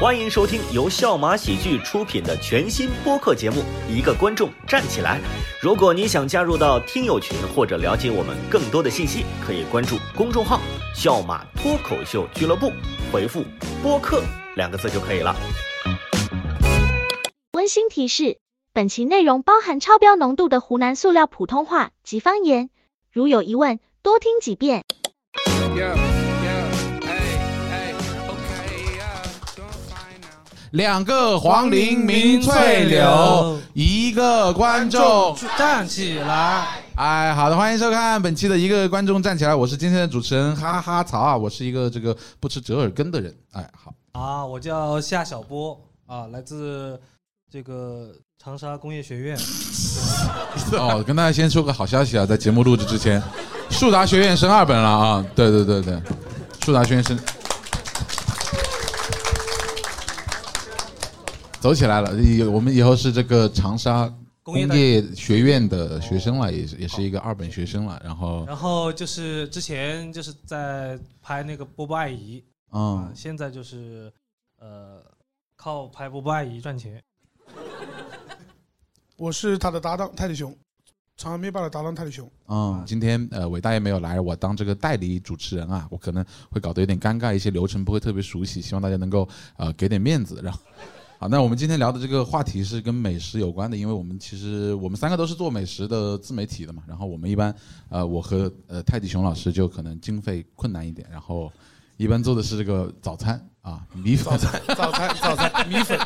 欢迎收听由笑马喜剧出品的全新播客节目《一个观众站起来》。如果你想加入到听友群或者了解我们更多的信息，可以关注公众号“笑马脱口秀俱乐部”，回复“播客”2个字就可以了。 温馨提示：本期内容包含超标浓度的湖南塑料普通话及方言，如有疑问，多听几遍。 2个黄鹂鸣翠柳，一个观众站起来。 哎，好的，欢迎收看本期的一个观众站起来，我是今天的主持人哈哈曹啊，我是一个这个不吃折耳根的人。哎，好啊，我叫夏小波啊，来自这个长沙工业学院。 哦，跟大家先说个好消息啊，在节目录制之前，树达学院升2本了啊！对，树达学院升。走起来了，我们以后是这个长沙工业学院的学生了，也是一个2本学生了。然后就是之前就是在拍那个波波爱姨，现在就是靠拍波波爱姨赚钱。 我是他的搭档泰迪熊，长安灭霸的搭档泰迪熊。 今天伟大爷没有来，我当这个代理主持人啊，我可能会搞得有点尴尬，一些流程不会特别熟悉，希望大家能够给点面子，然后。好，那我们今天聊的这个话题是跟美食有关的，因为我们3个都是做美食的自媒体的嘛，然后我们一般我和泰迪熊老师就可能经费困难一点，然后一般做的是这个早餐啊，米粉， 早餐米粉，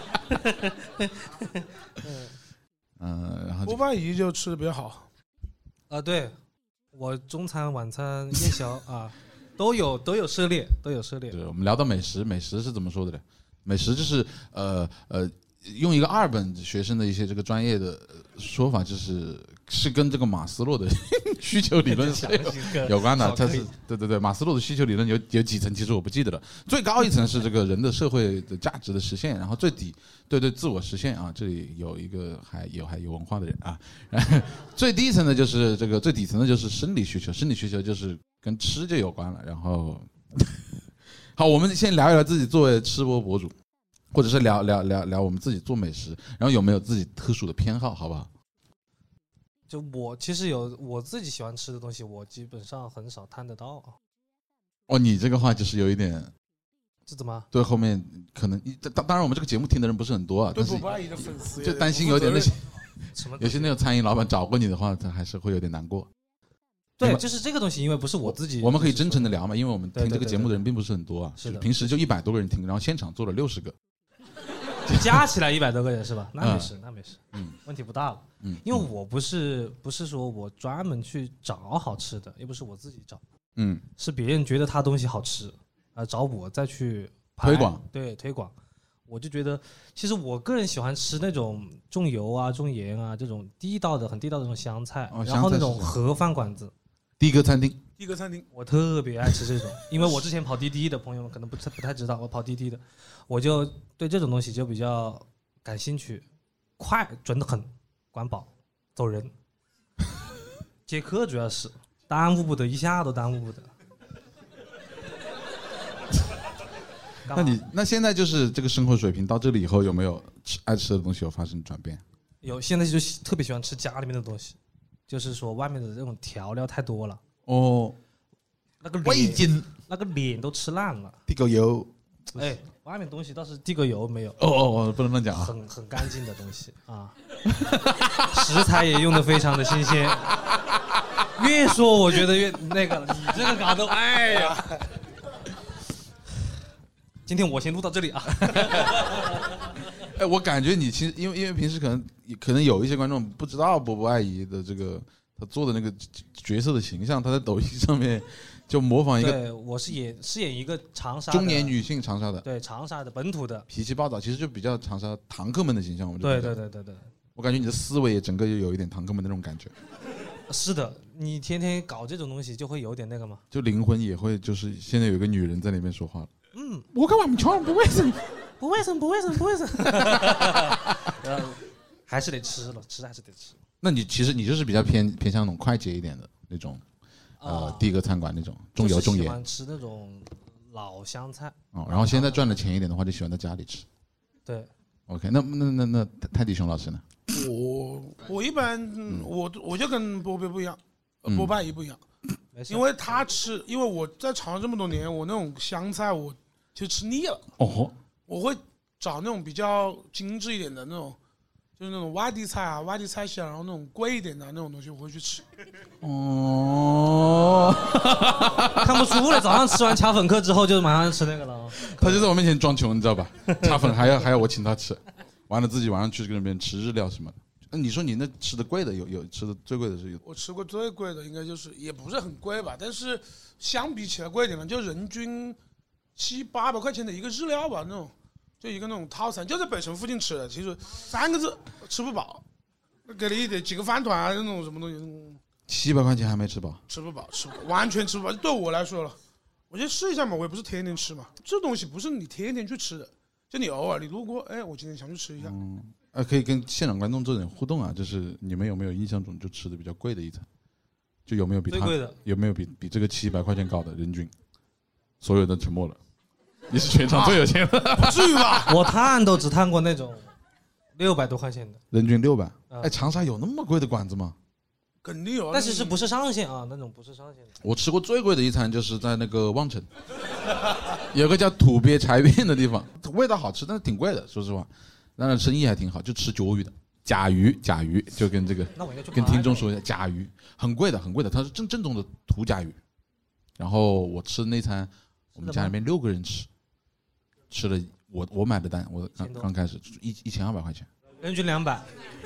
然后波波姨就吃的比较好对，我中餐晚餐夜宵啊都有涉猎， 对，我们聊到美食是怎么说的呢？美食就是用一个2本学生的一些这个专业的说法，是跟这个马斯洛的需求理论是有关的。它是对，马斯洛的需求理论有几层，其实我不记得了。最高一层是这个人的社会的价值的实现，然后最底对自我实现啊，这里有一个还有文化的人啊。然后最低层的就是这个最底层的就是生理需求就是跟吃就有关了，然后。好，我们先聊一聊自己作为吃播博主，或者是聊我们自己做美食，然后有没有自己特殊的偏好，好不好？ 就我其实有我自己喜欢吃的东西，我基本上很少摊得到。 哦，你这个话就是有一点， 这怎么？ 对，后面可能当然我们这个节目听的人不是很多啊， 对波波阿姨的粉丝就担心有点那些有些那种餐饮老板找过你的话，他还是会有点难过。 对，就是这个东西，因为不是我自己， 我们可以真诚的聊嘛，因为我们听这个节目的人并不是很多啊， 是的， 平时就100多个人听，然后现场做了60个， 加起来100多个人是吧？那没事，问题不大了。因为我不是说我专门去找好吃的，也不是我自己找，是别人觉得他东西好吃，找我再去推广， 对，推广。我就觉得，其实我个人喜欢吃那种重油啊、重盐啊这种很地道的这种湘菜，然后那种盒饭馆子。 的哥餐厅， 我特别爱吃这种，因为我之前跑滴滴的朋友们可能不太知道，我跑滴滴的，我就对这种东西就比较感兴趣，快准得很，管饱走人，接客主要是耽误不得，一下都耽误不得。 那现在就是这个生活水平到这里以后，有没有爱吃的东西有发生转变？ 有，现在就特别喜欢吃家里面的东西。就是说外面的这种调料太多了哦， 那个味精， 那个脸都吃烂了。 地沟油， 外面东西倒是地沟油没有。 不能乱讲啊， 很干净的东西啊，食材也用得非常的新鲜。越说我觉得越那个，你这个搞得，哎呀，今天我先录到这里啊。 我感觉你其实因为平时可能有一些观众不知道波波阿姨的这个她做的那个角色的形象，她在抖音上面就模仿一个， 对，我饰演一个长沙中年女性，长沙的， 对，长沙的本土的， 脾气暴躁，其实就比较长沙堂客们的形象。 对， 我感觉你的思维也整个就有一点堂客们那种感觉。 是的，你天天搞这种东西就会有点那个嘛， 就灵魂也会，就是现在有一个女人在那边说话了。我干嘛你瞧不卫生？ 不卫生，还是得吃了，吃还是得吃。 那你其实你就是比较偏向那种快捷一点的那种，第一个餐馆那种重油重盐。 喜欢吃那种老香菜。 然后现在赚的钱一点的话，就喜欢在家里吃。 对 ，OK，那泰迪熊老师呢？ 我一般我就跟波贝不一样，波拜一不一样，因为他吃，因为我在长沙这么多年，我那种香菜我就吃腻了。我会找那种比较精致一点的那种，就是那种外地菜啊、外地菜系，然后那种贵一点的那种东西，我会去吃。 看不出来，早上吃完卡粉课之后就马上吃那个了。 他就在我面前装穷，你知道吧？卡粉还要我请他吃，完了自己晚上去跟别人吃日料什么的。那你说你那吃的贵的有吃的最贵的是有？ 我吃过最贵的应该就是也不是很贵吧，但是相比起来贵一点的，就人均700-800块钱的一个日料吧，那种就一个那种套餐，就在北城附近吃的，其实3个字吃不饱，给你一点几个饭团啊那种什么东西 ，700块钱还没吃饱， 吃不饱，完全吃不饱。对我来说了，我就试一下嘛，我也不是天天吃嘛，这东西不是你天天去吃的，就你偶尔你路过，哎，我今天想去吃一下。 可以跟现场观众做点互动啊，就是你们有没有印象中就吃的比较贵的一餐？就有没有比最贵的？ 有没有比这个700块钱高的人均？所有人都沉默了。你是全场最有钱的， 不至于吧？ 我探都只探过那种600多块钱的， 人均600。哎，长沙有那么贵的馆子吗？ 肯定有， 但是不是上限啊？那种不是上限的。 我吃过最贵的一餐就是在那个望城，有个叫土鳖柴片的地方，味道好吃，但是挺贵的，说实话。当然生意还挺好，就吃脚鱼的甲鱼，就跟这个跟听众说一下，甲鱼很贵的，它是正宗的土甲鱼。然后我吃的那餐，我们家里面6个人吃了我买的单，我刚开始1200块钱， 人均200，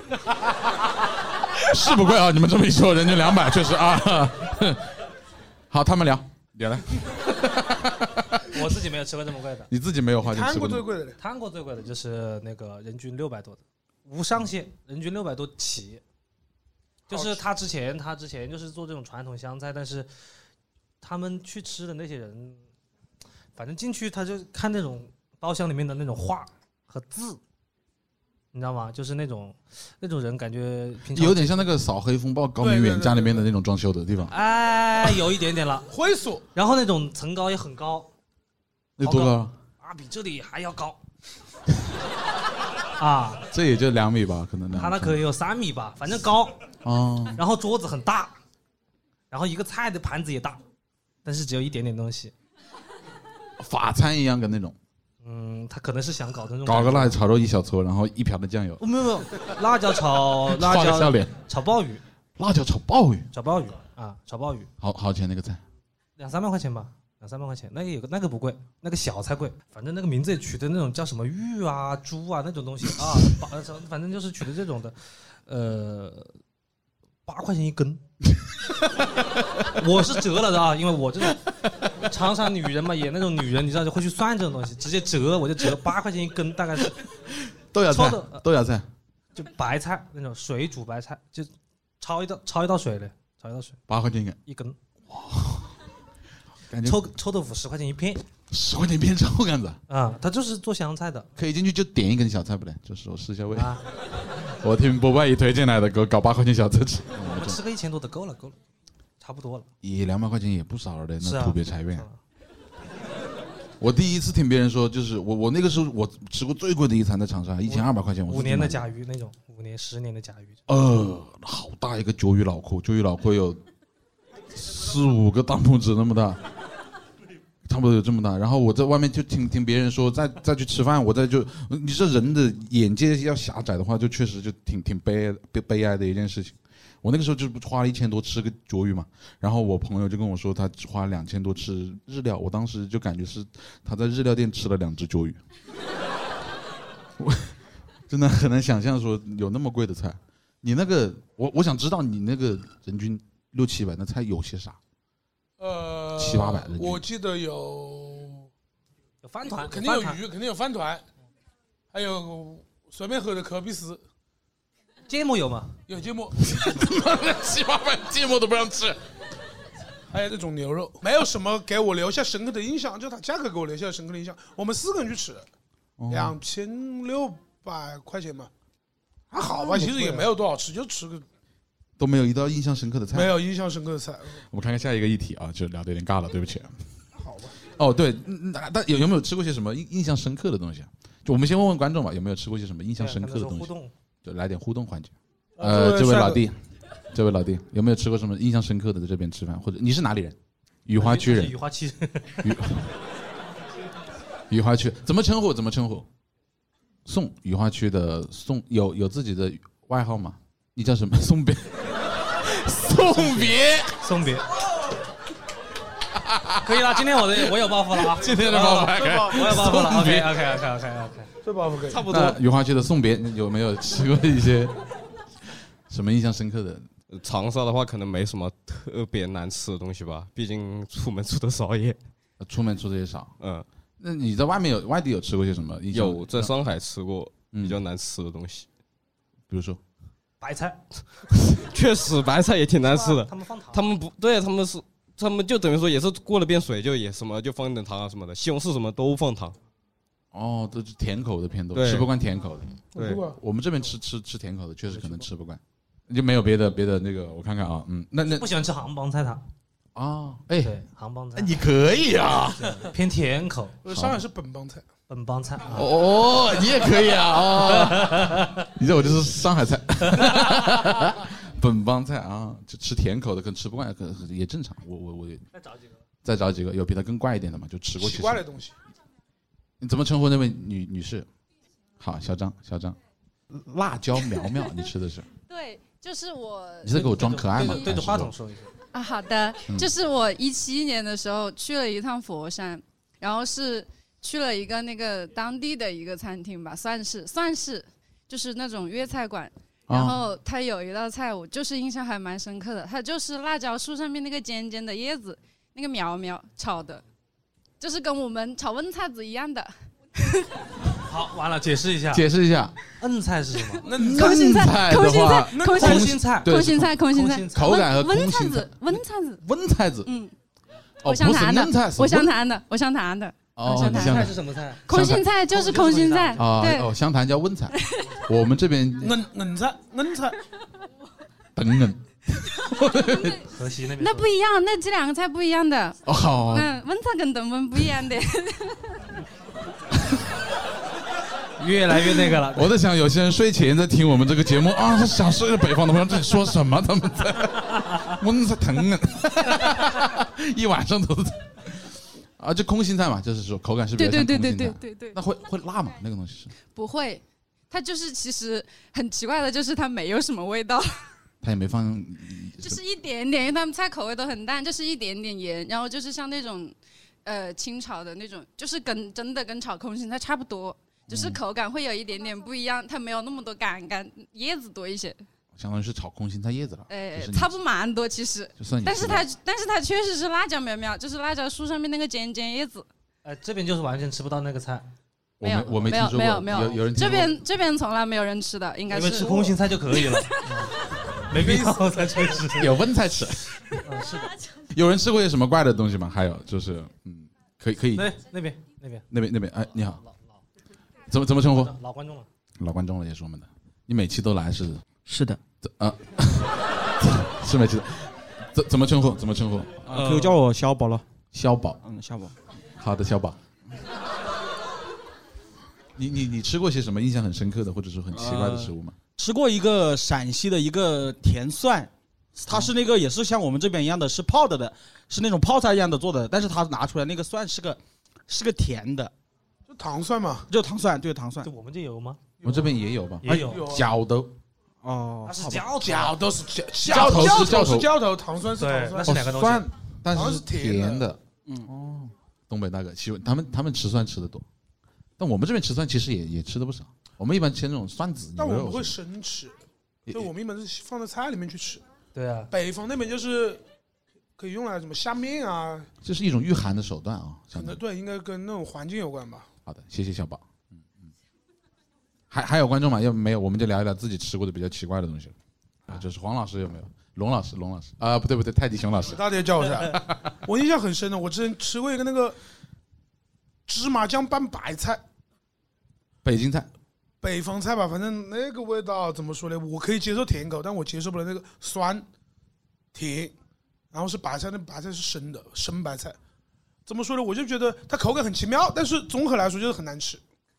是不贵啊？你们这么一说，人均200确实啊。好，他们聊来。 我自己没有吃过这么贵的。 你自己没有花钱吃过最贵的？ 摊过最贵的就是那个人均600多的，无上限，人均600多起。就是他之前就是做这种传统湘菜，但是他们去吃的那些人，反正进去他就看那种包厢里面的那种画和字，你知道吗？就是那种人感觉平常有点像那个扫黑风暴高明远家里面的那种装修的地方。 哎，有一点点了， 会所。 然后那种层高也很高。 有多高啊？比这里还要高啊！ 这也就2米吧，可能。 它那可以有3米吧，反正高。然后桌子很大，然后一个菜的盘子也大，但是只有一点点东西。 法餐一样的那种。 他可能是想搞那种。 搞个辣椒炒肉1小撮，然后1瓢的酱油。 没有，辣椒炒鲍鱼。 辣椒炒鲍鱼啊，炒鲍鱼。 好钱那个菜 ？200-300块钱吧。200-300块钱，那个不贵，那个小才贵。反正那个名字也取的那种叫什么玉啊、猪啊那种东西啊，反正就是取的这种的，8块钱一根。我是折了的啊，因为我这种长沙女人嘛，也那种女人，你知道就会去算这种东西，直接折，我就折8块钱一根，大概是豆芽菜， 就白菜那种水煮白菜，就焯一道水嘞 ，8块钱一根。 臭豆腐10块钱一片 ，10块钱一片臭干子啊！他就是做湘菜的， 可以进去就点一根小菜不对？就是我试一下味。我听波拜一推荐来的，给我搞8块钱小菜吃。 我吃个1000多的够了，差不多了。 也200块钱也不少了的，那土鳖柴院。我第一次听别人说，就是我那个时候我吃过最贵的一餐在长沙，1200块钱。 5年的甲鱼那种，5年10年的甲鱼。 好大一个酒鱼脑壳有4-5个大拇指那么大。差不多有这么大，然后我在外面就听别人说，再去吃饭，你这人的眼界要狭窄的话，就确实就挺悲哀的一件事情。我那个时候就花了1000多吃个脚鱼嘛，然后我朋友就跟我说他只花了2000多吃日料，我当时就感觉是他在日料店吃了2只脚鱼。我真的很难想象说有那么贵的菜。你那个我想知道你那个人均600-700那菜有些啥？700-800， 我记得有饭团， 肯定有鱼，肯定有饭团，还有随便喝的可比斯。 芥末有吗？ 有芥末。 700-800芥末都不让吃。 还有那种牛肉，没有什么给我留下深刻的印象，就它价格给我留下深刻的印象。我们4个人去吃，2600块钱嘛，还好吧，其实也没有多少吃，就吃个。 都没有一道印象深刻的菜， 没有印象深刻的菜。 我们看看下一个议题啊，就聊得有点尬了，对不起。 好吧。 哦，对，但有没有吃过些什么印象深刻的东西啊？就我们先问问观众吧，有没有吃过些什么印象深刻的东西？就来点互动环节。这位老弟，有没有吃过什么印象深刻的在这边吃饭？或者你是哪里人？雨花区人。 雨花区。 雨花区怎么称呼？宋雨花区的宋有自己的外号吗？你叫什么？送别。 可以了，今天我有包袱了啊！ 今天的包袱， 我有包袱了。OK， 这包袱可以。 差不多。雨花区的送别有没有吃过一些什么印象深刻的？ 长沙的话，可能没什么特别难吃的东西吧，毕竟出门出的少也。 出门出的也少。那你在外地有吃过些什么？ 有在上海吃过比较难吃的东西， 比如说白菜。 确实白菜也挺难吃的。 他们放糖。 他们不对，他们就等于说也是过了遍水，就也什么就放点糖啊什么的，西红柿什么都放糖。 哦，都是甜口的偏多，吃不惯甜口的。 对， 我们这边吃甜口的，确实可能吃不惯。就没有别的那个，我看看啊，那不喜欢吃杭帮菜糖啊？ 对，杭帮菜， 你可以啊， 偏甜口。 上海是本帮菜。 本帮菜哦，你也可以啊，你这我就是上海菜。本帮菜啊，就吃甜口的，可能吃不惯，可能也正常。我再找几个有比它更怪一点的嘛，就吃过去。 奇怪的东西。 你怎么称呼那位女士？好，小张，辣椒苗苗，你吃的是？ 对，就是我。 你在给我装可爱吗？ 对着话筒说一下。 啊，好的，就是我17年的时候去了一趟佛山，然后是去了一个那个当地的一个餐厅吧，算是，就是那种粤菜馆。然后它有一道菜，我就是印象还蛮深刻的，它就是辣椒树上面那个尖尖的叶子，那个苗苗炒的，就是跟我们炒温菜子一样的。 好，完了，解释一下。 嫩菜是什么？ 空心菜， 空心菜， 口感和温菜子。我想谈的。 哦， 香菜是什么菜？ 空心菜就是空心菜。 对，湘潭叫温菜，我们这边嫩菜。 等嫩。 河西那边那不一样，那这两个菜不一样的。 哦， 温菜跟等温不一样的。 越来越那个了。 我在想，有些人睡前在听我们这个节目啊，他想睡北方的朋友在说什么？他们在温菜疼啊，一晚上都是。啊，这空心菜嘛，就是说口感是比较像空心菜。对。那会辣吗？那个东西是？ 不会，它就是其实很奇怪的，就是它没有什么味道。 它也没放。 就是一点点，因为他们菜口味都很淡，就是一点点盐，然后就是像那种清炒的那种，就是真的跟炒空心菜差不多，只是口感会有一点点不一样，它没有那么多杆叶子多一些。 相当于是炒空心菜叶子了， 差不蛮多其实，但是它确实是辣椒苗苗，就是辣椒树上面那个尖尖叶子。 这边就是完全吃不到那个菜。 没有， 我没听说过， 没有， 有人这边从来没有人吃的，应该是因为吃空心菜就可以了，没必要再吃。 有温菜吃。 是的。 有人吃过些什么怪的东西吗？还有就是，可以。 那边， 哎，你好，怎么称呼？ 老观众了。 老观众了也是我们的，你每期都来是？ 是的。 是每期的。怎么称呼？ 可以叫我小宝了。 小宝。 小宝。 好的，小宝。你吃过些什么印象很深刻的，或者说很奇怪的食物吗？ 吃过一个陕西的一个甜蒜，它是那个也是像我们这边一样的，是泡的，是那种泡菜一样的做的，但是它拿出来那个蒜是个甜的， 就糖蒜嘛， 就糖蒜，对糖蒜。 就我们这有吗？ 我们这边也有吧？ 也有角豆。 哦， 它是角豆是焦头，糖蒜是糖蒜， 那是两个东西。 蒜，但是甜的。东北大哥，其实他们吃蒜吃的多。但我们这边吃蒜其实也吃的不少，我们一般吃那种蒜子。 但我们不会生吃，就我们一般是放在菜里面去吃。 对啊， 北方那边就是可以用来什么下面啊， 这是一种御寒的手段啊。 对，应该跟那种环境有关吧。 好的，谢谢小宝。还有观众吗？要没有，我们就聊一聊自己吃过的比较奇怪的东西了。就是黄老师有没有？龙老师啊，不对，泰迪熊老师。 大家叫我一下，我印象很深的，我之前吃过一个那个芝麻酱拌白菜。 北京菜， 北方菜吧，反正那个味道怎么说呢？我可以接受甜口，但我接受不了那个酸甜，然后是白菜，那白菜是生的，生白菜， 怎么说呢？我就觉得它口感很奇妙，但是综合来说就是很难吃。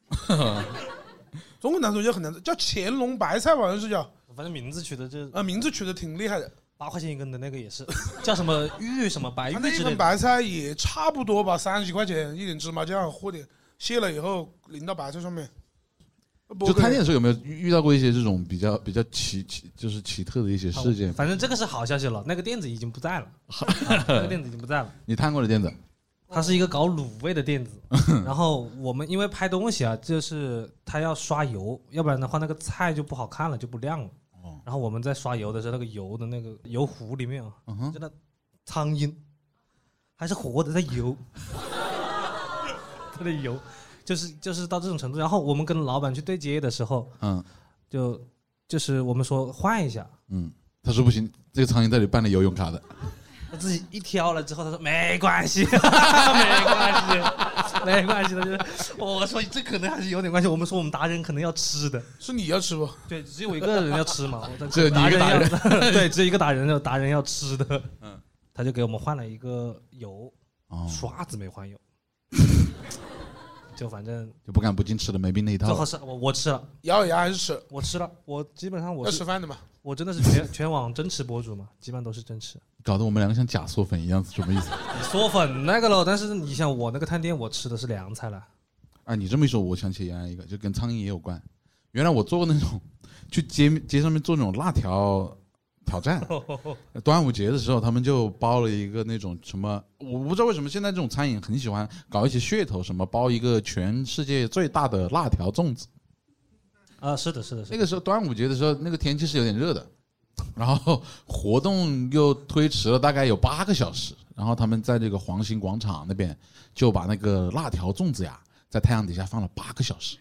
综合来说就很难吃，叫乾隆白菜好像是叫， 反正名字取的名字取的挺厉害的。 8块钱一根的那个也是，叫什么玉什么白玉之类的。 那一根白菜也差不多吧，30几块钱，一点芝麻酱和点卸了以后淋到白菜上面。 就探店的时候有没有遇到过一些这种比较就是奇特的一些事件？ 反正这个是好消息了，那个店子已经不在了，那个店子已经不在了。 你探过的店子？ 它是一个搞卤味的店子，然后我们因为拍东西啊，就是它要刷油，要不然的话那个菜就不好看了，就不亮了。然后我们在刷油的时候，那个油的那个油壶里面啊，真的苍蝇还是活的在游，它的油就是到这种程度。然后我们跟老板去对接的时候，就是我们说换一下， 他说不行，这个苍蝇在里办了游泳卡的。 他自己一挑了之后，他说没关系，没关系的。就是我说这可能还是有点关系。我们说我们达人可能要吃的， 是你要吃不？ 对，只有一个人要吃嘛。 只有你一个达人， 对，只有一个达人，达人要吃的。他就给我们换了一个油，刷子没换油，就反正就不敢不进吃的没病那一套。 最好是我吃了， 咬咬牙还是吃。 我吃了，我基本上我要吃饭的嘛。 我真的是全网真吃博主嘛，基本上都是真吃。 搞得我们两个像假嗦粉一样，什么意思？ 嗦粉那个了，但是你想我那个探店，我吃的是凉菜了。 啊，你这么一说，我想起原来一个，就跟苍蝇也有关。原来我做过那种去街上面做那种辣条挑战。端午节的时候，他们就包了一个那种什么，我不知道为什么现在这种餐饮很喜欢搞一些噱头，什么包一个全世界最大的辣条粽子。 是的。 那个时候端午节的时候，那个天气是有点热的，然后活动又推迟了大概有8个小时，然后他们在这个黄兴广场那边就把那个辣条粽子呀，在太阳底下放了8个小时。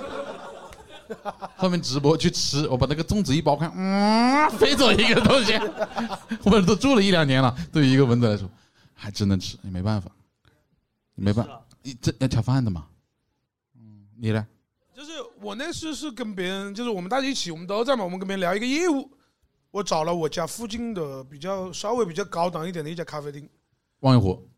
后面直播去吃，我把那个粽子一剥开，飞走一个东西。我们都住了1-2年了，对于一个蚊子来说，还真能吃，也没办法，这要挑饭的嘛。你呢？ 就是我那次是跟别人，就是我们大家一起，我们都在嘛，我们跟别人聊一个业务。我找了我家附近的稍微比较高档一点的一家咖啡厅， 望月湖，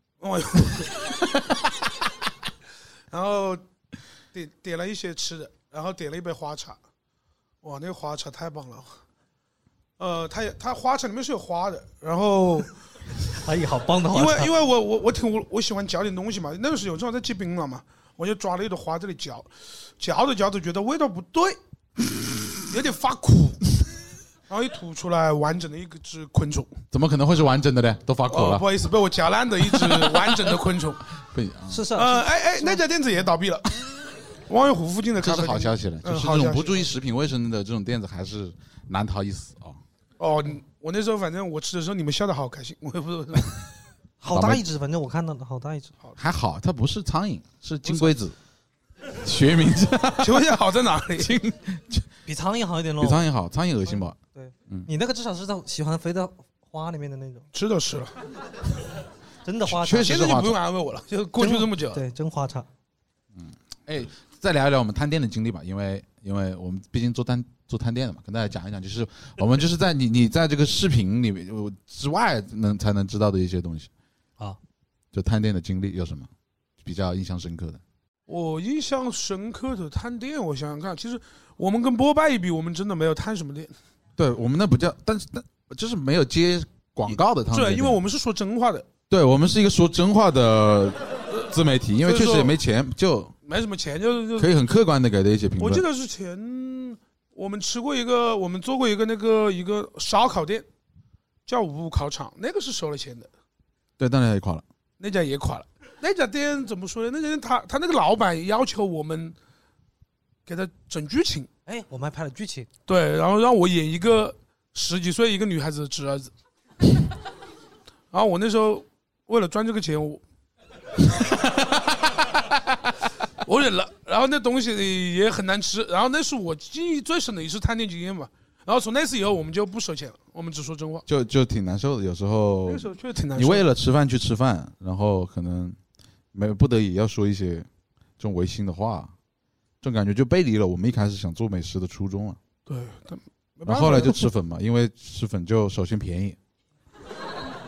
然后点了一些吃的，然后点了一杯花茶，哇，那个花茶太棒了。它花茶里面是有花的，然后， 哎，好棒的花茶。 因为我喜欢嚼点东西嘛，那个时候有正好在结槟榔嘛，我就抓了一朵花这里嚼着觉得味道不对，有点发苦。然后一吐出来完整的一只昆虫， 怎么可能会是完整的呢？都发苦了。 不好意思，被我夹烂的一只完整的昆虫。 是。 那家店子也倒闭了。望月湖附近的咖啡厅。 这是好消息了，就是这种不注意食品卫生的这种店子还是难逃一死哦，我那时候反正我吃的时候你们笑得好开心，我也不知道。 好大一只，反正我看到的好大一只。 还好，它不是苍蝇，是金龟子。学名字。 请问好在哪里？ 比苍蝇好一点喽。 比苍蝇好，苍蝇恶心吧？ 对，你那个至少是喜欢飞到花里面的那种。 吃都吃了， 真的花茶。 确实是花茶。 现在就不用安慰我了，就过去这么久。 对，真花茶。 再聊一聊我们探店的经历吧，因为我们毕竟做探店的嘛，跟大家讲一讲，就是我们就是在你在这个视频里面之外才能知道的一些东西啊。 就探店的经历有什么比较印象深刻的？ 我印象深刻的探店，我想想看，其实我们跟波拜一比，我们真的没有探什么店。 对，我们那不叫，但就是没有接广告的探店。 对，因为我们是说真话的。 对，我们是一个说真话的自媒体，因为确实也没钱，就没什么钱，就可以很客观的给的一些评论。 我记得是我们做过一个一个烧烤店，叫五烤场，那个是收了钱的。 对，当然也垮了。 那家也垮了。那家店怎么说呢？那家店他那个老板要求我们给他整剧情， 我们还拍了剧情。 对，然后让我演一个10几岁一个女孩子的侄儿子。然后我那时候为了赚这个钱，我忍了。然后那东西也很难吃。然后那是我记忆最深的一次探店经验吧。然后从那次以后，我们就不收钱了，我们只说真话。 就挺难受的，有时候。 那时候确实挺难受。 你为了吃饭去吃饭，然后可能不得已要说一些这种违心的话，这种感觉就背离了我们一开始想做美食的初衷了。 对， 然后后来就吃粉嘛，因为吃粉就首先便宜。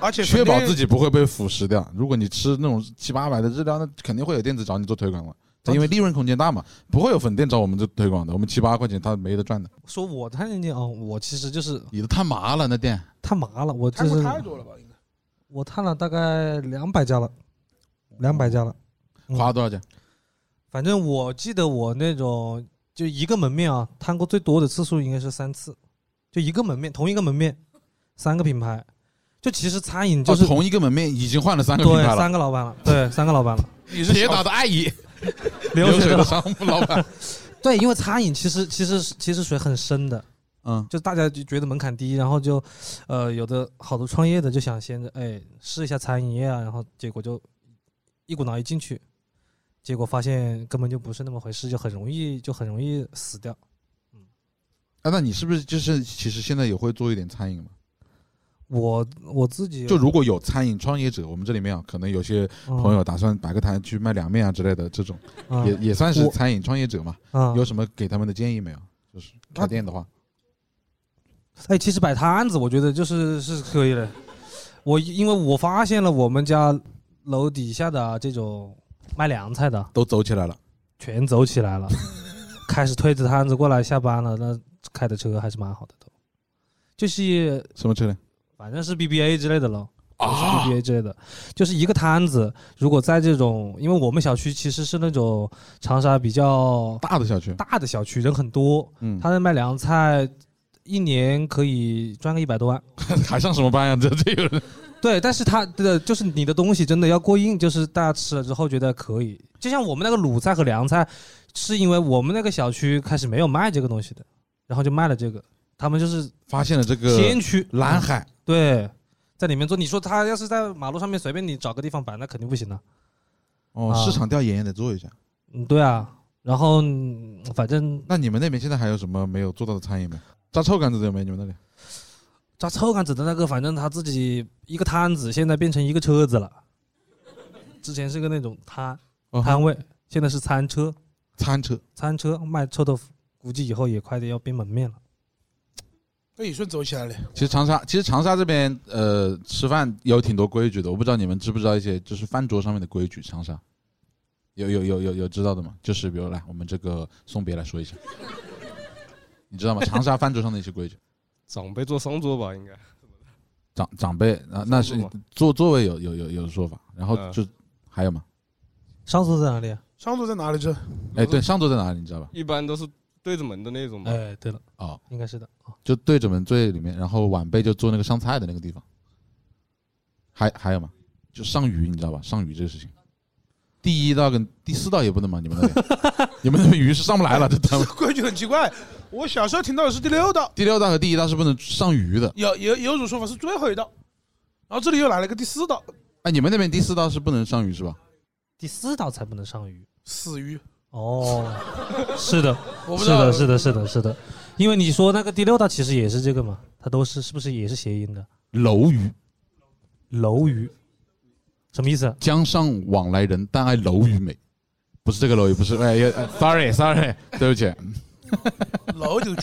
而且确保自己不会被腐蚀掉。如果你吃那种700-800的日料，那肯定会有店子找你做推广了。因为利润空间大嘛，不会有粉店找我们这推广的。我们7-8块钱他没得赚的。 说我探那店啊，我其实就是你都探麻了那店， 探麻了，我就探是太多了吧？应该我探了大概200家了，200家了。 花了多少家？ 反正我记得我那种就一个门面啊，探过最多的次数应该是3次，就一个门面，同一个门面，3个品牌。就其实餐饮就是同一个门面已经换了3个品牌了， 对，3个老板了，对，3个老板了。 你是铁打的阿姨， 流水的商务老板。 对，因为餐饮其实水很深的，就大家就觉得门槛低，然后就有的好多创业的就想先试一下餐饮业啊，然后结果就一股脑一进去，结果发现根本就不是那么回事，就很容易死掉。 那你是不是就是其实现在也会做一点餐饮吗？ 我自己就如果有餐饮创业者，我们这里面可能有些朋友打算摆个摊去卖凉面啊之类的，这种也算是餐饮创业者嘛。有什么给他们的建议没有？就是开店的话， 其实摆摊子我觉得是可以的。因为我发现了我们家楼底下的这种卖凉菜的都走起来了， 全走起来了，开始推着摊子过来下班了，那开的车还是蛮好的都。就是什么车呢？ 反正是 BBA 之类的咯，BBA 之类的，就是一个摊子。如果在这种，因为我们小区其实是那种长沙比较大的小区， 人很多，他在卖凉菜，一年可以赚个100多万， 还上什么班呀？这个人。 对，但是他的就是你的东西真的要过硬，就是大家吃了之后觉得可以。就像我们那个卤菜和凉菜，是因为我们那个小区开始没有卖这个东西的，然后就卖了这个。他们就是发现了这个先驱蓝海， 对，在里面做。你说他要是在马路上面随便你找个地方摆，那肯定不行的。 市场调研也得做一下。 对啊。然后反正那你们那边现在还有什么没有做到的餐饮没？炸臭干子的有没？你们那里？ 炸臭干子的那个，反正他自己一个摊子，现在变成一个车子了。之前是个那种摊位，现在是餐车卖臭豆腐，估计以后也快点要变门面了。 那也算走起来了。 其实长沙这边吃饭有挺多规矩的，我不知道你们知不知道一些就是饭桌上面的规矩。长沙有知道的吗？就是比如来我们这个送别来说一下，你知道吗？长沙饭桌上的一些规矩。 长辈坐上桌吧，应该。 长辈那是座位有说法，然后就还有吗？ 上座在哪里啊？ 上座在哪里？ 对，上座在哪里？你知道吧？ 一般都是对着门的那种嘛。 对了，应该是的。 就对着门最里面，然后晚辈就坐那个上菜的那个地方。还有吗？就上鱼，你知道吧？上鱼这个事情，第1道跟第4道也不能吗？你们那边，你们那边鱼是上不来了，这规矩很奇怪。我小时候听到的是第6道， 第6道和第1道是不能上鱼的。 有种说法是最后1道，然后这里又来了个第4道。 你们那边第4道是不能上鱼是吧？ 第4道才不能上鱼， 死鱼。 是的，是的，因为你说那个第6道其实也是这个嘛，它都是不是也是谐音的？ 楼鱼， 什么意思？ 江上往来人，但爱楼鱼美，不是这个楼鱼，不是，sorry，对不起。 楼就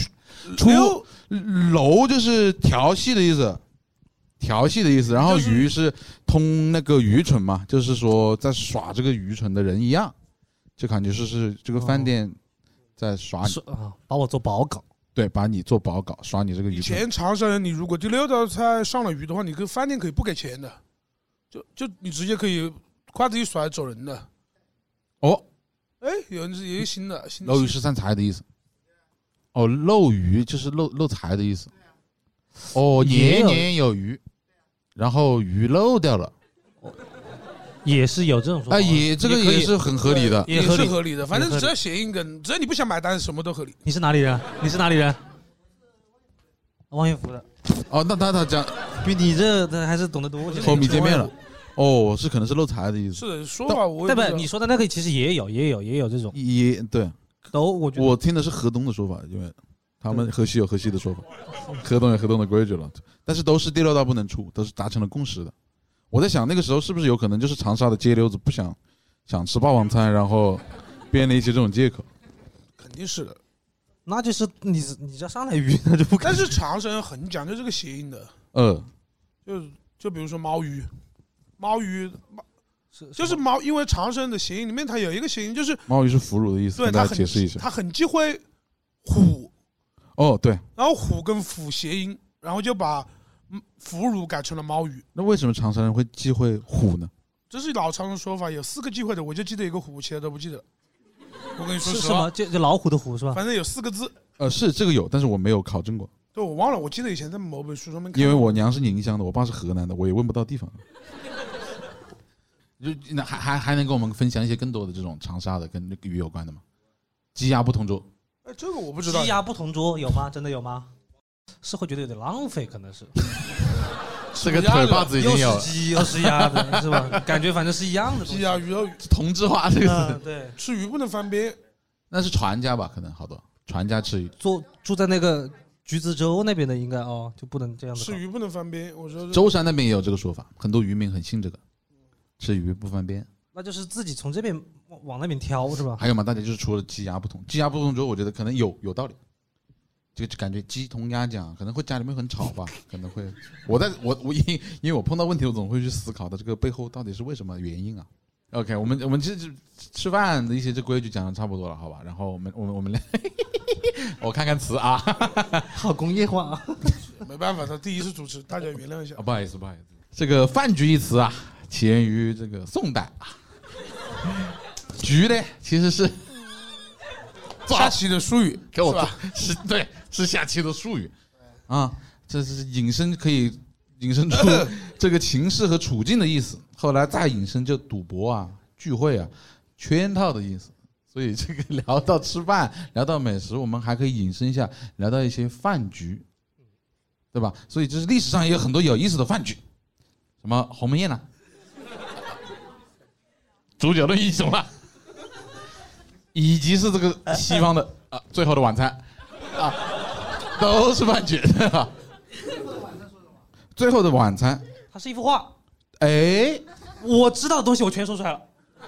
楼就是调戏的意思，然后鱼是通那个愚蠢嘛，就是说在耍这个愚蠢的人一样，就感觉是这个饭店在耍你把我做保稿， 对，把你做保稿，耍你这个愚蠢。 以前长沙人，你如果第6道菜上了鱼的话，你跟饭店可以不给钱的，就你直接可以筷子一甩走人的。有一个新的漏鱼是散财的意思。漏鱼就是漏财的意思。年年有余，然后鱼漏掉了， 也是有这种说法。 这个也是很合理的， 也是合理的。反正只要谐音梗，只要你不想买单，什么都合理。 你是哪里人？望月福的。 那他讲比你这还是懂得多。 后面见面了。是可能是漏财的意思。 是说法我对不？你说的那个其实也有这种。 对。我听的是河东的说法，因为他们河西有河西的说法，河东有河东的规矩了。但是都是第6道不能出，都是达成了共识的。我在想那个时候是不是有可能就是长沙的街溜子不想吃霸王餐，然后编了一些这种借口。 肯定是的。 那就是你叫上来鱼，那就不可能。 但是长沙人很讲究这个谐音的。 就比如说猫鱼就是猫，因为长生的谐音里面它有一个谐音就是猫鱼是腐乳的意思， 对， 跟大家解释一下。 它很忌讳虎， 哦对， 然后虎跟腐谐音，然后就把腐乳改成了猫鱼。 那为什么长沙人会忌讳虎呢？ 这是老常的说法，有4个忌讳的，我就记得一个虎，其他都不记得了。我跟你说是什么？就老虎的虎是吧？ 反正有4个字。 是这个有，但是我没有考证过。 对，我忘了，我记得以前在某本书上面看。 因为我娘是宁乡的，我爸是河南的，我也问不到地方。就那还能跟我们分享一些更多的这种长沙的跟鱼有关的吗？鸡鸭不同桌。 哎，这个我不知道。 鸡鸭不同桌有吗？真的有吗？是会觉得有点浪费，可能是。 这个腿把子已经有又是鸡又是鸭的，是吧？感觉反正是一样的。 鸡鸭鱼肉同质化这个词。对， 吃鱼不能翻边。 那是船家吧？可能好多船家吃鱼。 住在那个橘子洲那边的应该就不能这样子。 吃鱼不能翻边，我说。 舟山那边也有这个说法，很多渔民很信这个。吃鱼不翻边， 那就是自己从这边往那边挑是吧？ 还有嘛，大家就是除了鸡鸭不同，鸡鸭不同之后，我觉得可能有道理。就感觉鸡同鸭讲，可能会家里面很吵吧，可能会。因为我碰到问题，我总会去思考的这个背后到底是为什么原因啊。OK， 我们其实吃饭的一些这规矩讲的差不多了，好吧？然后我们来，我看看词啊， 好工业化啊。 没办法，他第一次主持，大家原谅一下。 不好意思。这个饭局一词啊。起源于这个宋代啊，局呢其实是下棋的术语， 给我是对，是下棋的术语啊，这是可以引申出这个情势和处境的意思，后来再引申就赌博啊、聚会啊、圈套的意思。所以这个聊到吃饭，聊到美食，我们还可以引申一下，聊到一些饭局，对吧？所以这是历史上也有很多有意思的饭局，什么鸿门宴呢？煮酒论英雄了，以及是这个西方的最后的晚餐都是饭局。最后的晚餐， 它是一幅画。 哎， 我知道的东西我全说出来了。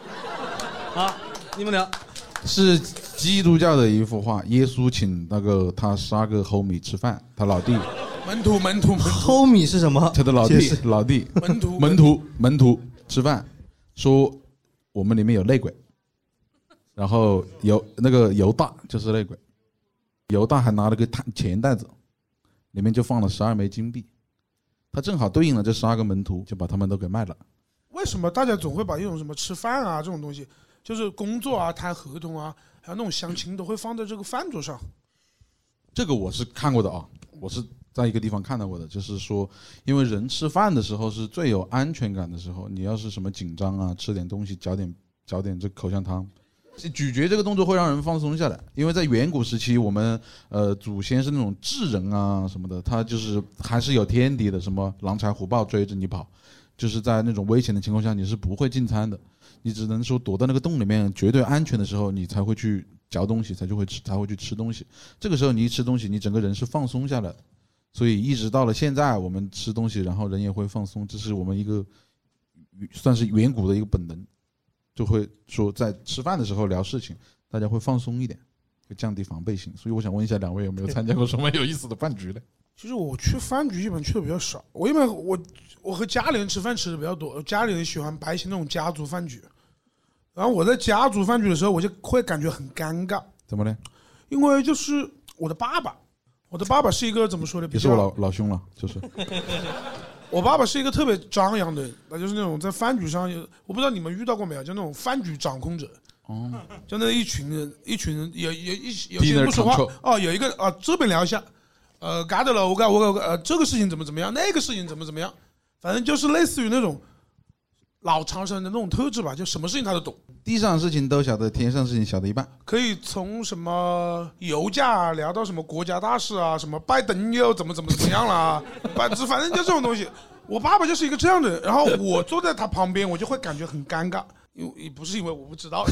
你们聊。 是基督教的一幅画，耶稣请他12个homie吃饭，他老弟。 门徒。 homie 是什么？ 他的老弟。门徒吃饭，说。我们里面有内鬼，然后有那个犹大就是内鬼，犹大还拿了个钱袋子，里面就放了12枚金币，他正好对应了这12个门徒，就把他们都给卖了。 为什么大家总会把一种什么吃饭啊这种东西，就是工作啊、谈合同啊，还有那种相亲都会放在这个饭桌上？ 这个我是看过的啊，我是在一个地方看到过的，就是说，因为人吃饭的时候是最有安全感的时候，你要是什么紧张啊，吃点东西，嚼点这口香糖，咀嚼这个动作会让人放松下来。因为在远古时期，我们祖先是那种智人啊什么的，他就是还是有天敌的，什么狼豺虎豹追着你跑，就是在那种危险的情况下，你是不会进餐的，你只能说躲到那个洞里面，绝对安全的时候，你才会去嚼东西，才会去吃东西。这个时候你一吃东西，你整个人是放松下来的。所以一直到了现在，我们吃东西，然后人也会放松，这是我们一个算是远古的一个本能，就会说在吃饭的时候聊事情，大家会放松一点，会降低防备心。所以我想问一下两位，有没有参加过什么有意思的饭局呢？ 其实我去饭局一般去的比较少，我一般我和家里人吃饭吃的比较多，家里人喜欢摆一些那种家族饭局，然后我在家族饭局的时候，我就会感觉很尴尬。 怎么呢？ 因为就是我的爸爸是一个怎么说呢？ 也是我老兄了，就是。 我爸爸是一个特别张扬的人，他就是那种在饭局上，我不知道你们遇到过没有，就那种饭局掌控者。哦。就那一群人，有些人不说话有一个这边聊一下，嘎的了，我这个事情怎么样，那个事情怎么样，反正就是类似于那种老长生的那种特质吧，就什么事情他都懂。 地上事情都晓得，天上事情晓得一半。 可以从什么油价聊到什么国家大事啊，什么拜登又怎么样啦，反正就这种东西。我爸爸就是一个这样的人，然后我坐在他旁边，我就会感觉很尴尬，也不是因为我不知道，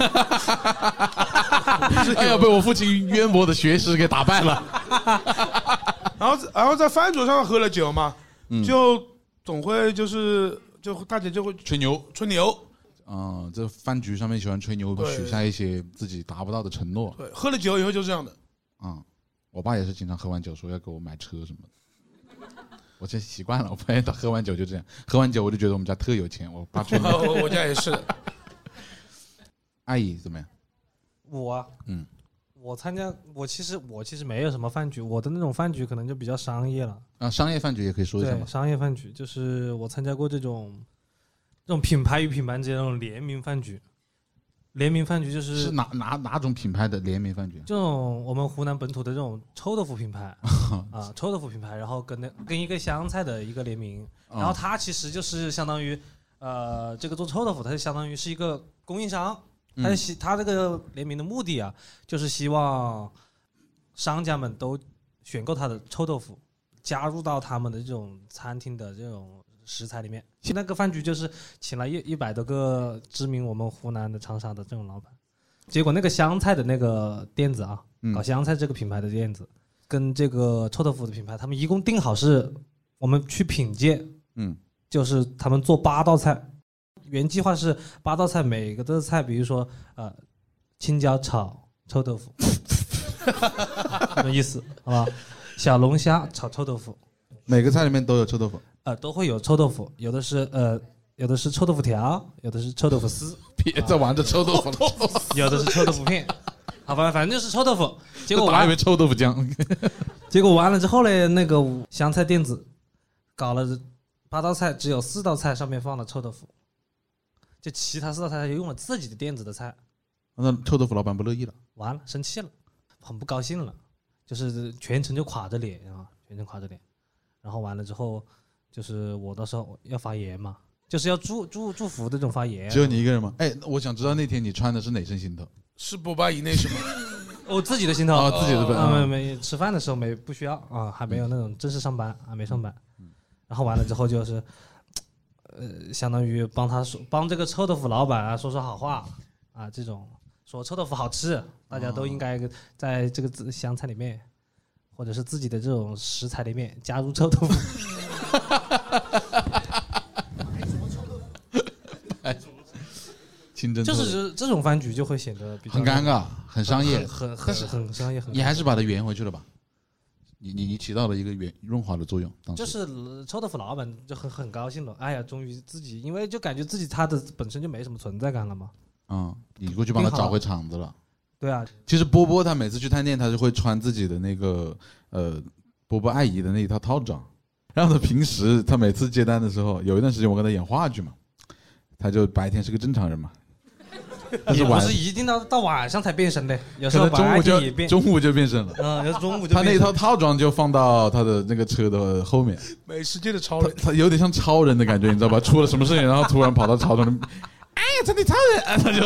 哎呀，被我父亲渊博的学识给打败了。 然后在饭桌上喝了酒嘛，就总会就大家就会吹牛。 这饭局上面喜欢吹牛，许下一些自己达不到的承诺。 对，喝了酒以后就这样的。 我爸也是经常喝完酒说要给我买车什么的。 我现在习惯了，我发现他喝完酒就这样，喝完酒我就觉得我们家特有钱，我爸我家也是。 阿姨怎么样？ 我我其实没有什么饭局，我的那种饭局可能就比较商业了啊。商业饭局也可以说一下吗？ 对，商业饭局就是我参加过这种品牌与品牌之间的那种联名饭局。联名饭局就是哪种品牌的联名饭局？ 这种我们湖南本土的这种臭豆腐品牌啊，臭豆腐品牌，然后跟一个湘菜的一个联名，然后它其实就是相当于这个做臭豆腐，它就相当于是一个供应商。他这个联名的目的啊，就是希望商家们都选购他的臭豆腐，加入到他们的这种餐厅的这种食材里面。那个饭局就是请了100多个知名我们湖南的长沙的这种老板，结果那个湘菜的那个店子啊，搞湘菜这个品牌的店子，跟这个臭豆腐的品牌，他们一共定好是我们去品鉴，就是他们做8道菜。原计划是8道菜，每个的菜，比如说青椒炒臭豆腐，什么意思？好吧，小龙虾炒臭豆腐， 每个菜里面都有臭豆腐， 都会有臭豆腐，有的是臭豆腐条，有的是臭豆腐丝， 别再玩这臭豆腐了， 有的是臭豆腐片，好吧，反正就是臭豆腐。结果我还以为臭豆腐浆， 结果完了之后呢，那个湘菜店子搞了8道菜，只有4道菜上面放了臭豆腐。就其他4道菜他就用了自己的店子的菜， 那臭豆腐老板不乐意了， 完了生气了，很不高兴了，就是全程就垮着脸啊，全程垮着脸，然后完了之后，就是我到时候要发言嘛，就是要祝福的这种发言。 只有你一个人吗？哎，我想知道那天你穿的是哪身行头？ 是波巴以内是吗？ 我自己的行头啊，自己的本没吃饭的时候不需要啊，还没有那种正式上班啊，没上班，然后完了之后就是。相当于帮这个臭豆腐老板啊说好话啊，这种说臭豆腐好吃，大家都应该在这个湘菜里面，或者是自己的这种食材里面加入臭豆腐。就是这种饭局就会显得比较很尴尬，很商业， 很商业。 你还是把它圆回去了吧？你起到了一个润滑的作用， 就是臭豆腐老板就很高兴了，哎呀，终于自己，因为就感觉自己他的本身就没什么存在感了嘛。 你过去帮他找回场子了。 对啊， 其实波波他每次去探店，他就会穿自己的那个波波爱姨的那一套套装，然后他平时他每次接单的时候，有一段时间我跟他演话剧嘛，他就白天是个正常人嘛。 但是不是一定到晚上才变身的，有时候中午就变身了。 有时候中午就他那一套套装就放到他的那个车的后面。 美食界的超人， 他有点像超人的感觉，你知道吧？出了什么事情，然后突然跑到操场里，哎呀，这里超人，他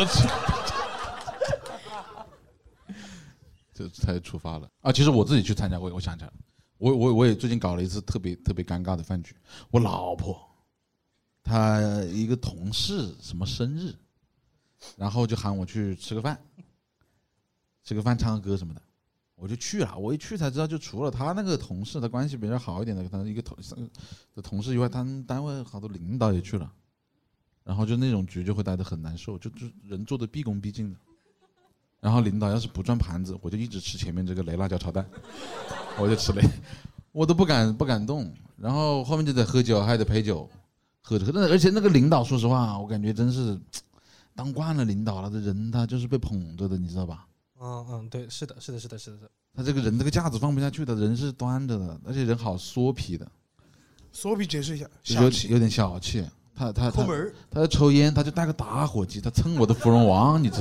就出发了啊！其实我自己去参加过，我想起来了，我也最近搞了一次特别尴尬的饭局。我老婆她一个同事什么生日。然后就喊我去吃个饭，唱个歌什么的，我就去了。我一去才知道，就除了他那个同事，他关系比较好一点的，他一个同事以外，他单位好多领导也去了。然后就那种局就会待得很难受，就人做的毕恭毕敬的。然后领导要是不转盘子，我就一直吃前面这个雷辣椒炒蛋，我就吃雷，我都不敢动。然后后面就得喝酒，还得陪酒，喝着，而且那个领导说实话，我感觉真是。当惯了领导了的人，他就是被捧着的，你知道吧？ 对，是的。 他这个人这个架子放不下去的，人是端着的，而且人好缩皮的。 缩皮解释一下， 有点小气。他抠门， 他在抽烟，他就带个打火机，他蹭我的芙蓉王，你知道？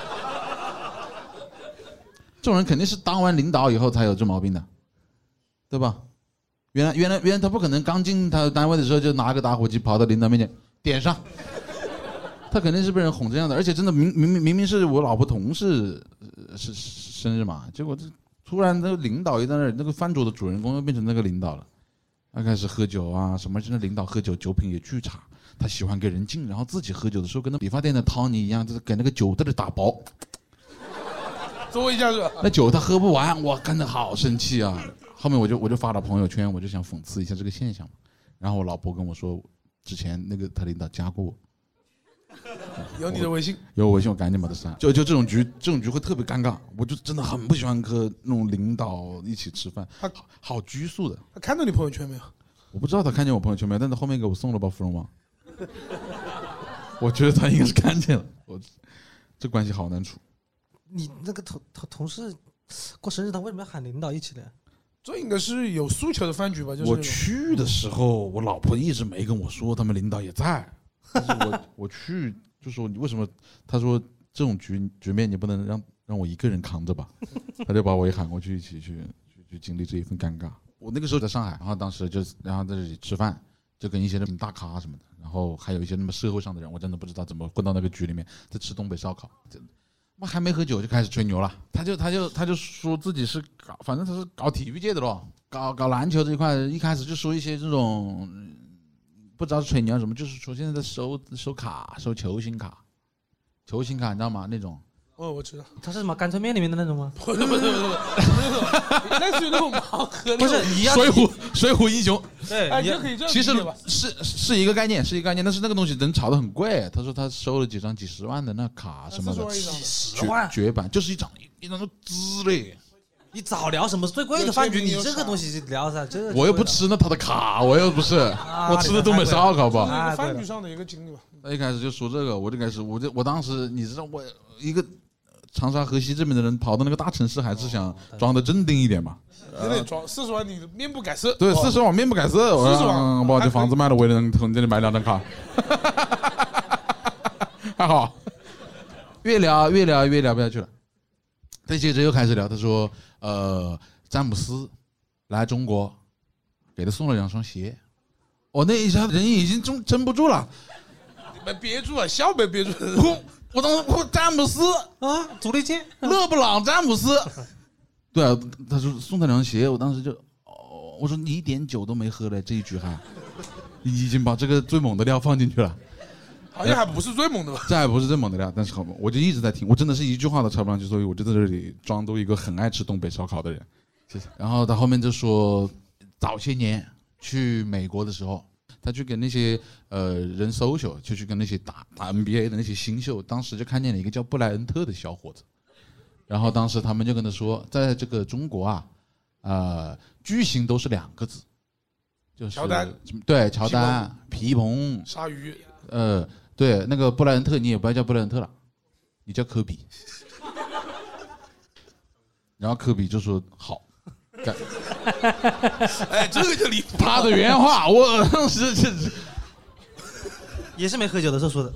这种人肯定是当完领导以后才有这毛病的，对吧？原来他不可能刚进他单位的时候就拿个打火机跑到领导面前点上。他肯定是被人哄这样的，而且真的明明是我老婆同事是生日嘛，结果这突然那个领导一在那儿，那个饭桌的主人公又变成那个领导了，他开始喝酒啊什么，现在领导喝酒酒品也巨差，他喜欢给人敬，然后自己喝酒的时候跟那理发店的汤尼一样，就是给那个酒在这打包， 嘬一下是吧？ 那酒他喝不完，我看着好生气啊。后面我就发了朋友圈，我就想讽刺一下这个现象，然后我老婆跟我说，之前那个他领导加过我。 有你的微信， 有微信，我赶紧把它删。就这种局会特别尴尬，我就真的很不喜欢和那种领导一起吃饭，他好拘束的。 他看到你朋友圈没有？ 我不知道他看见我朋友圈没有，但是后面给我送了包芙蓉王。我觉得他应该是看见了，这关系好难处。 你那个同事过生日，他为什么要喊领导一起的？ 这应该是有诉求的饭局吧？就是我去的时候，我老婆一直没跟我说，他们领导也在。但是我去就说你为什么？他说这种局面你不能让我一个人扛着吧？他就把我也喊过去一起去经历这一份尴尬。我那个时候在上海，然后当时然后在这里吃饭，就跟一些大咖什么的，然后还有一些那么社会上的人，我真的不知道怎么混到那个局里面，在吃东北烧烤。我还没喝酒就开始吹牛了，他就说自己是反正他是搞体育界的咯，搞篮球这一块，一开始就说一些这种不知道是吹牛什么，就是说现在在收卡，收球星卡，你知道吗？那种。 哦，我知道， 它是什么干脆面里面的那种吗？ 不是，类似于那种盲盒。 不是，你要水浒英雄。 对，你可以这样其实是一个概念，但是那个东西能炒得很贵。他说他收了几张几十万的那卡什么的， 几十万绝版，就是一张资嘞。 你早聊什么最贵的饭局？你这个东西聊噻，这我又不吃那他的卡，我又不是，我吃的东北烧烤吧。 饭局上的一个经历吧。 他一开始就说这个，我当时你知道我一个。长沙、河西这边的人跑到那个大城市，还是想装的镇定一点嘛？ 也得装40万，你面不改色。 对，40万面不改色。 40万， 我把这房子卖了，为了能从这里买2张卡。还好，越聊不下去了。他接着又开始聊，他说詹姆斯来中国，给他送了2双鞋。我那一下人已经撑不住了， 你们憋住了，笑没憋住。 我当时詹姆斯啊，足力健， 勒布朗詹姆斯，对啊，他说送他2双鞋，我当时就我说你一点酒都没喝嘞，这一局还已经把这个最猛的料放进去了， 好像还不是最猛的吧？ 这还不是最猛的料，但是好，我就一直在听，我真的是一句话都插不上去，所以我就在这里装作一个很爱吃东北烧烤的人，谢谢。然后他后面就说早些年去美国的时候。他去跟那些人 social， 就去跟那些打 NBA 的那些新秀，当时就看见了一个叫布莱恩特的小伙子，然后当时他们就跟他说，在这个中国啊，巨星都是2个字，就是乔丹， 对，乔丹、皮蓬、 鲨鱼， 对，那个布莱恩特你也不要叫布莱恩特了，你叫科比，然后科比就说好。 哎，这个就离谱。 他的原话，我当时也是没喝酒的时候说的。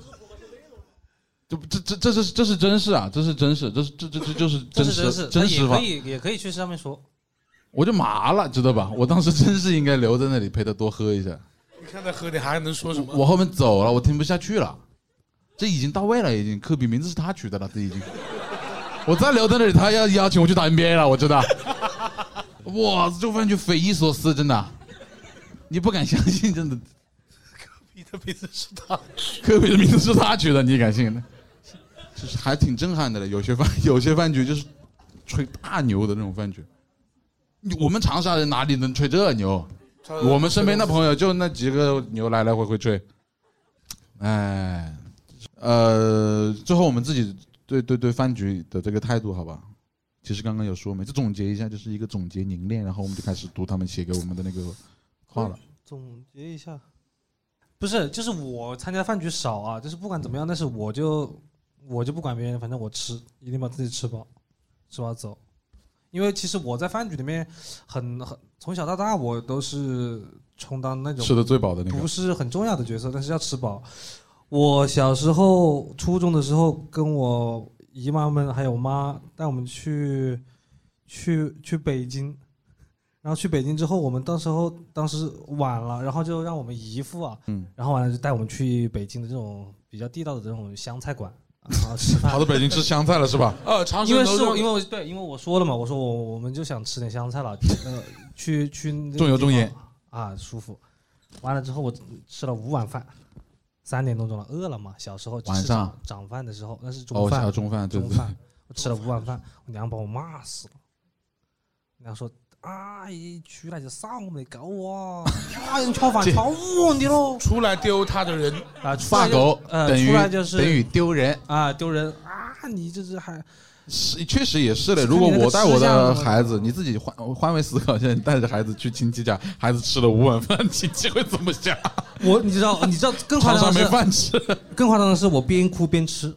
这是真事啊，这是真事，这就是真实话。 也可以去上面说。 我就麻了，知道吧？我当时真是应该留在那里陪他多喝一下。 你看他喝，你还能说什么？ 我后面走了，我听不下去了。这已经到位了，已经。科比名字是他取的了，这已经。我再留在那里，他要邀请我去打 NBA 了，我知道。哇，这个饭局匪夷所思，真的，你不敢相信，真的。 科比的名字是他， 科比的名字是他取的，你敢信？就是还挺震撼的了。有些饭局就是吹大牛的那种饭局，我们长沙人哪里能吹这牛？我们身边的朋友就那几个牛来来回回吹。哎，最后我们自己对饭局的这个态度，好吧？其实刚刚有说没，就总结一下，就是一个总结凝练，然后我们就开始读他们写给我们的那个话了。 总结一下，不是，就是我参加饭局少啊，就是不管怎么样，但是我就不管别人，反正我吃，一定把自己吃饱走。因为其实我在饭局里面很从小到大我都是充当那种吃的最饱的那个， 不是很重要的角色，但是要吃饱。我小时候初中的时候跟我姨妈们还有我妈带我们去北京，然后去北京之后，我们当时晚了，然后就让我们姨父然后完了就带我们去北京的这种比较地道的这种湘菜馆，然后吃饭。 跑到北京吃湘菜了是吧？ 因为我说了嘛，我说我们就想吃点湘菜了，去重油重盐啊，舒服。完了之后我吃了5碗饭。3点多钟了，饿了嘛？小时候晚上长饭的时候，那是中饭。 中饭，对。 我吃了5碗饭，我娘把我骂死了。娘说：“一出来就撒我们的狗啊！人吃饭超无的喽！ 出来丢他的人发狗等于出来就是等于丢人丢人啊！你这是是，确实也是的。如果我带我的孩子，你自己换位思考，现在带着孩子去亲戚家，孩子吃了5碗饭，亲戚会怎么想？ 你知道更夸张的是没饭吃， 更夸张的是我边哭边吃。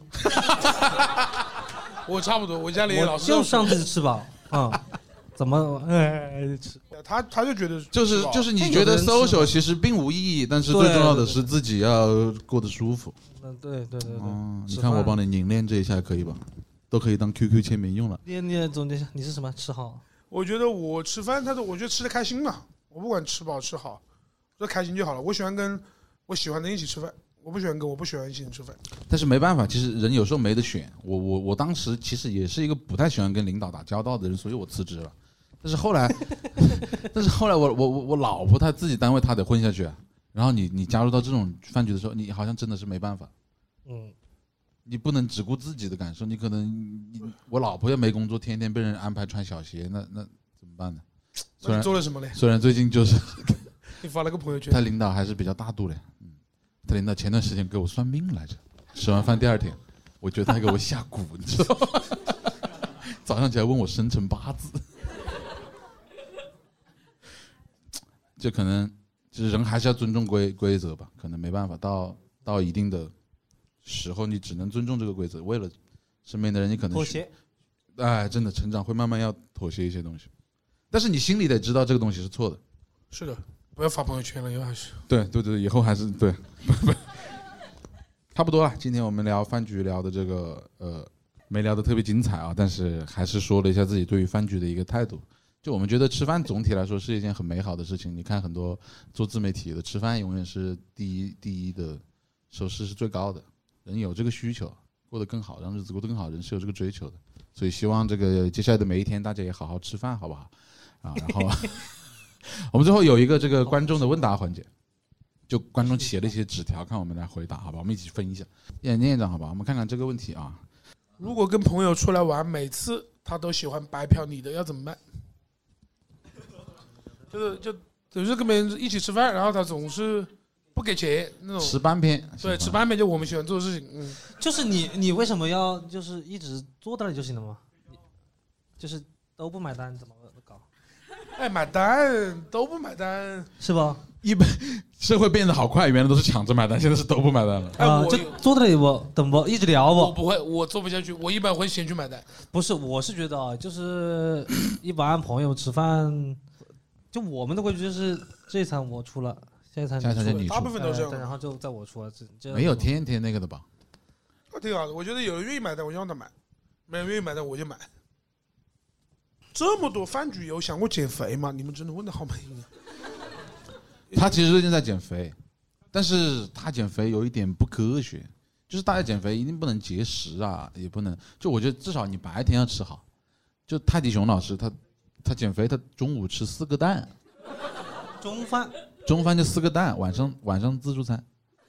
我差不多，我家里老师就让自己吃饱啊。怎么吃？ 他就觉得就是你觉得 social 其实并无意义，但是最重要的是自己要过得舒服。 对。 你看我帮你凝练这一下可以吧？都可以当 QQ 签名用了。 你总结一下，你是什么吃好？ 我觉得我吃饭，我觉得吃的开心嘛。我不管吃饱吃好，我开心就好了。我喜欢跟我喜欢的人一起吃饭，我不喜欢跟我不喜欢一起吃饭。但是没办法，其实人有时候没得选。我当时其实也是一个不太喜欢跟领导打交道的人，所以我辞职了。但是后来我老婆她自己单位她得混下去啊。然后你加入到这种饭局的时候，你好像真的是没办法。你不能只顾自己的感受，你可能我老婆也没工作，天天被人安排穿小鞋，那怎么办呢？ 那你做了什么嘞？ 虽然最近就是你发了个朋友圈， 他领导还是比较大度的。他领导前段时间给我算命来着，吃完饭第2天，我觉得他给我下蛊，你知道吗？早上起来问我生辰八字，这可能就是人还是要尊重规则吧，可能没办法到一定的时候，你只能尊重这个规则。为了身边的人，你可能妥协。 真的成长会慢慢要妥协一些东西，但是你心里得知道这个东西是错的。 是的，不要发朋友圈了，以后还是。 对，以后还是对。差不多了，今天我们聊饭局聊的这个没聊得特别精彩啊，但是还是说了一下自己对于饭局的一个态度。就我们觉得吃饭总体来说是一件很美好的事情。你看很多做自媒体的，吃饭永远是第一的收视是最高的。人有这个需求，过得更好，让日子过得更好，人是有这个追求的。所以希望这个接下来的每一天，大家也好好吃饭，好不好？然后我们最后有一个这个观众的问答环节，就观众写了一些纸条，看我们来回答，好吧？我们一起分一下，念一张，好吧？我们看看这个问题啊。 如果跟朋友出来玩，每次他都喜欢白嫖你的，要怎么办？就是跟别人一起吃饭，然后他总是不给钱那种。 吃半片。 对，吃半片就我们喜欢做的事情。 就是你为什么要就是一直坐那里就行了吗？就是都不买单怎么搞？ 买单都不买单是吧？ 一般社会变得好快，原来都是抢着买单，现在是都不买单了。 就坐在那里等一直聊我不会，我坐不下去，我一般会先去买单。 不是，我是觉得就是一般朋友吃饭，就我们的规矩就是这一餐我出了，下一餐你出， 大部分都这样， 然后就在我出了， 没有天那个的吧？ 挺好的，我觉得有人愿意买单，我就让他买；没人愿意买单，我就买。这么多饭局，有想过减肥吗？你们真的问的好没用。 他其实最近在减肥，但是他减肥有一点不科学，就是大家减肥一定不能节食啊，也不能，就我觉得至少你白天要吃好。就泰迪熊老师他减肥，他中午吃4个蛋， 中饭就4个蛋，晚上自助餐。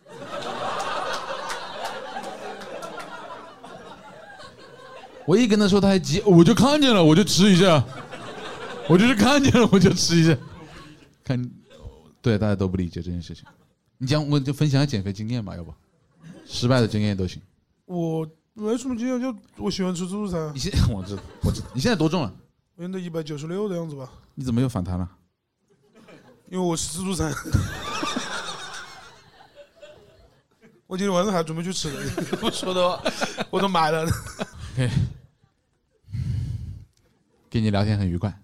我一跟他说他还急，我就看见了，我就吃一下，我就是看见了我就吃一下，看，对，大家都不理解这件事情。我就分享下减肥经验吧，要不失败的经验都行。 我没什么经验，就我喜欢吃自助餐。 你我知道，你现在多重了？ 我现在196的样子吧。 你怎么又反弹了？ 因为我吃自助餐。我今天晚上还准备去吃的，不说的话我都买了。 Okay. 跟你聊天很愉快。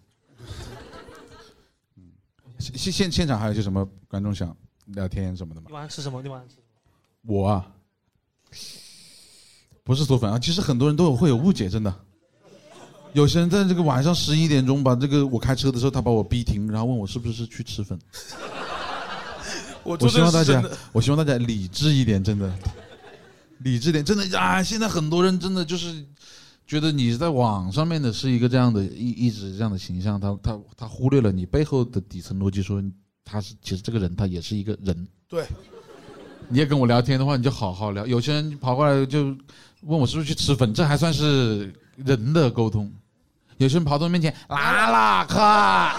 现场还有些什么观众想聊天什么的吗？ 你晚上吃什么？ 我啊，不是嗦粉啊，其实很多人会有误解，真的。有些人在这个晚上11点钟把这个我开车的时候，他把我逼停，然后问我是不是去吃粉。我希望大家理智一点，真的，理智点，真的啊！现在很多人真的就是觉得你在网上面的是一个这样的一直这样的形象，他忽略了你背后的底层逻辑，说其实这个人他也是一个人。 对， 你也跟我聊天的话，你就好好聊。有些人跑过来就问我是不是去吃粉，这还算是人的沟通。有些人跑到我面前拉克。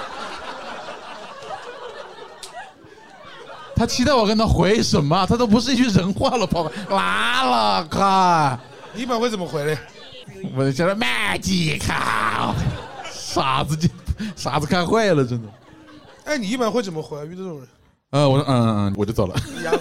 他期待我跟他回什么？他都不是一句人话了，跑拉了，看。 你一般会怎么回嘞？ 我就觉得麦吉卡，傻子看坏了，真的。 哎，你一般会怎么回遇这种人？ 我说我就走了。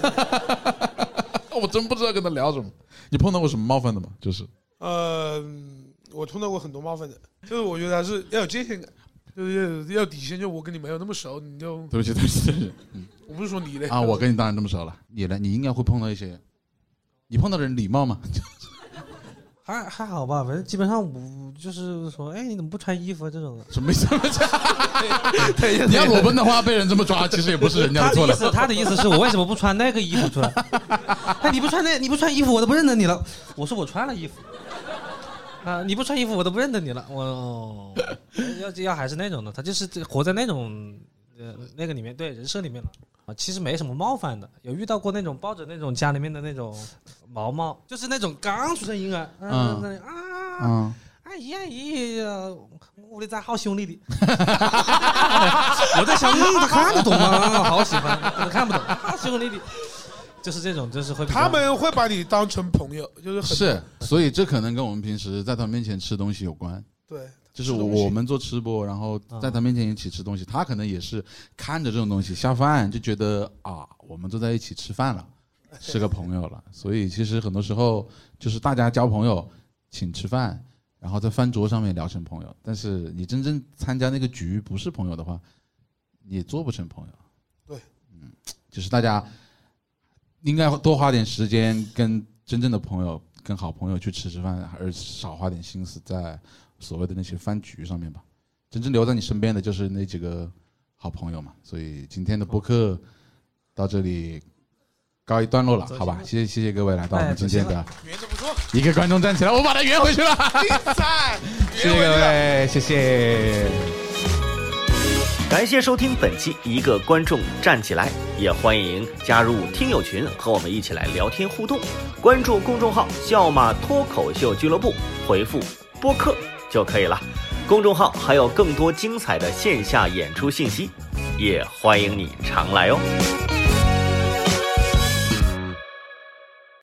我真不知道跟他聊什么。你碰到过什么冒犯的吗？就是， 我碰到过很多冒犯的，就是我觉得还是要有界限感，就是要底线。就我跟你没有那么熟，你就对不起。 我不是说你嘞啊，我跟你当然这么熟了。你呢？你应该会碰到一些，你碰到的人礼貌吗？ 还好吧，反正基本上我就是说，哎，你怎么不穿衣服啊？这种的。 什么意思？你要裸奔的话，被人这么抓，其实也不是人家的错了。 他的意思是我为什么不穿那个衣服出来？哎，你不穿衣服，我都不认得你了。我说我穿了衣服。啊，你不穿衣服，我都不认得你了。我要还是那种的，他就是活在那种那个里面，对人设里面了。啊，其实没什么冒犯的，有遇到过那种抱着那种家里面的那种毛，就是那种刚出生婴儿，阿姨，屋里咋好兄弟的？我在想，他看得懂吗？好喜欢，可能看不懂，好兄弟的。就是这种，就是会他们会把你当成朋友，就是所以这可能跟我们平时在他面前吃东西有关。 对， 就是我们做吃播，然后在他面前一起吃东西，他可能也是看着这种东西下饭，就觉得啊，我们都在一起吃饭了，是个朋友了。所以其实很多时候就是大家交朋友，请吃饭，然后在饭桌上面聊成朋友。但是你真正参加那个局不是朋友的话，你也做不成朋友。 对， 就是大家应该多花点时间跟真正的朋友、跟好朋友去吃饭，而少花点心思在所谓的那些饭局上面吧。真正留在你身边的就是那几个好朋友嘛。所以今天的播客到这里告一段落了，好吧？谢谢各位来到我们今天的。一个观众站起来，我把他圆回去了。谢谢各位，谢谢。 感谢收听本期一个观众站起来，也欢迎加入听友群和我们一起来聊天互动。关注公众号笑马脱口秀俱乐部，回复播客就可以了。公众号还有更多精彩的线下演出信息，也欢迎你常来哦。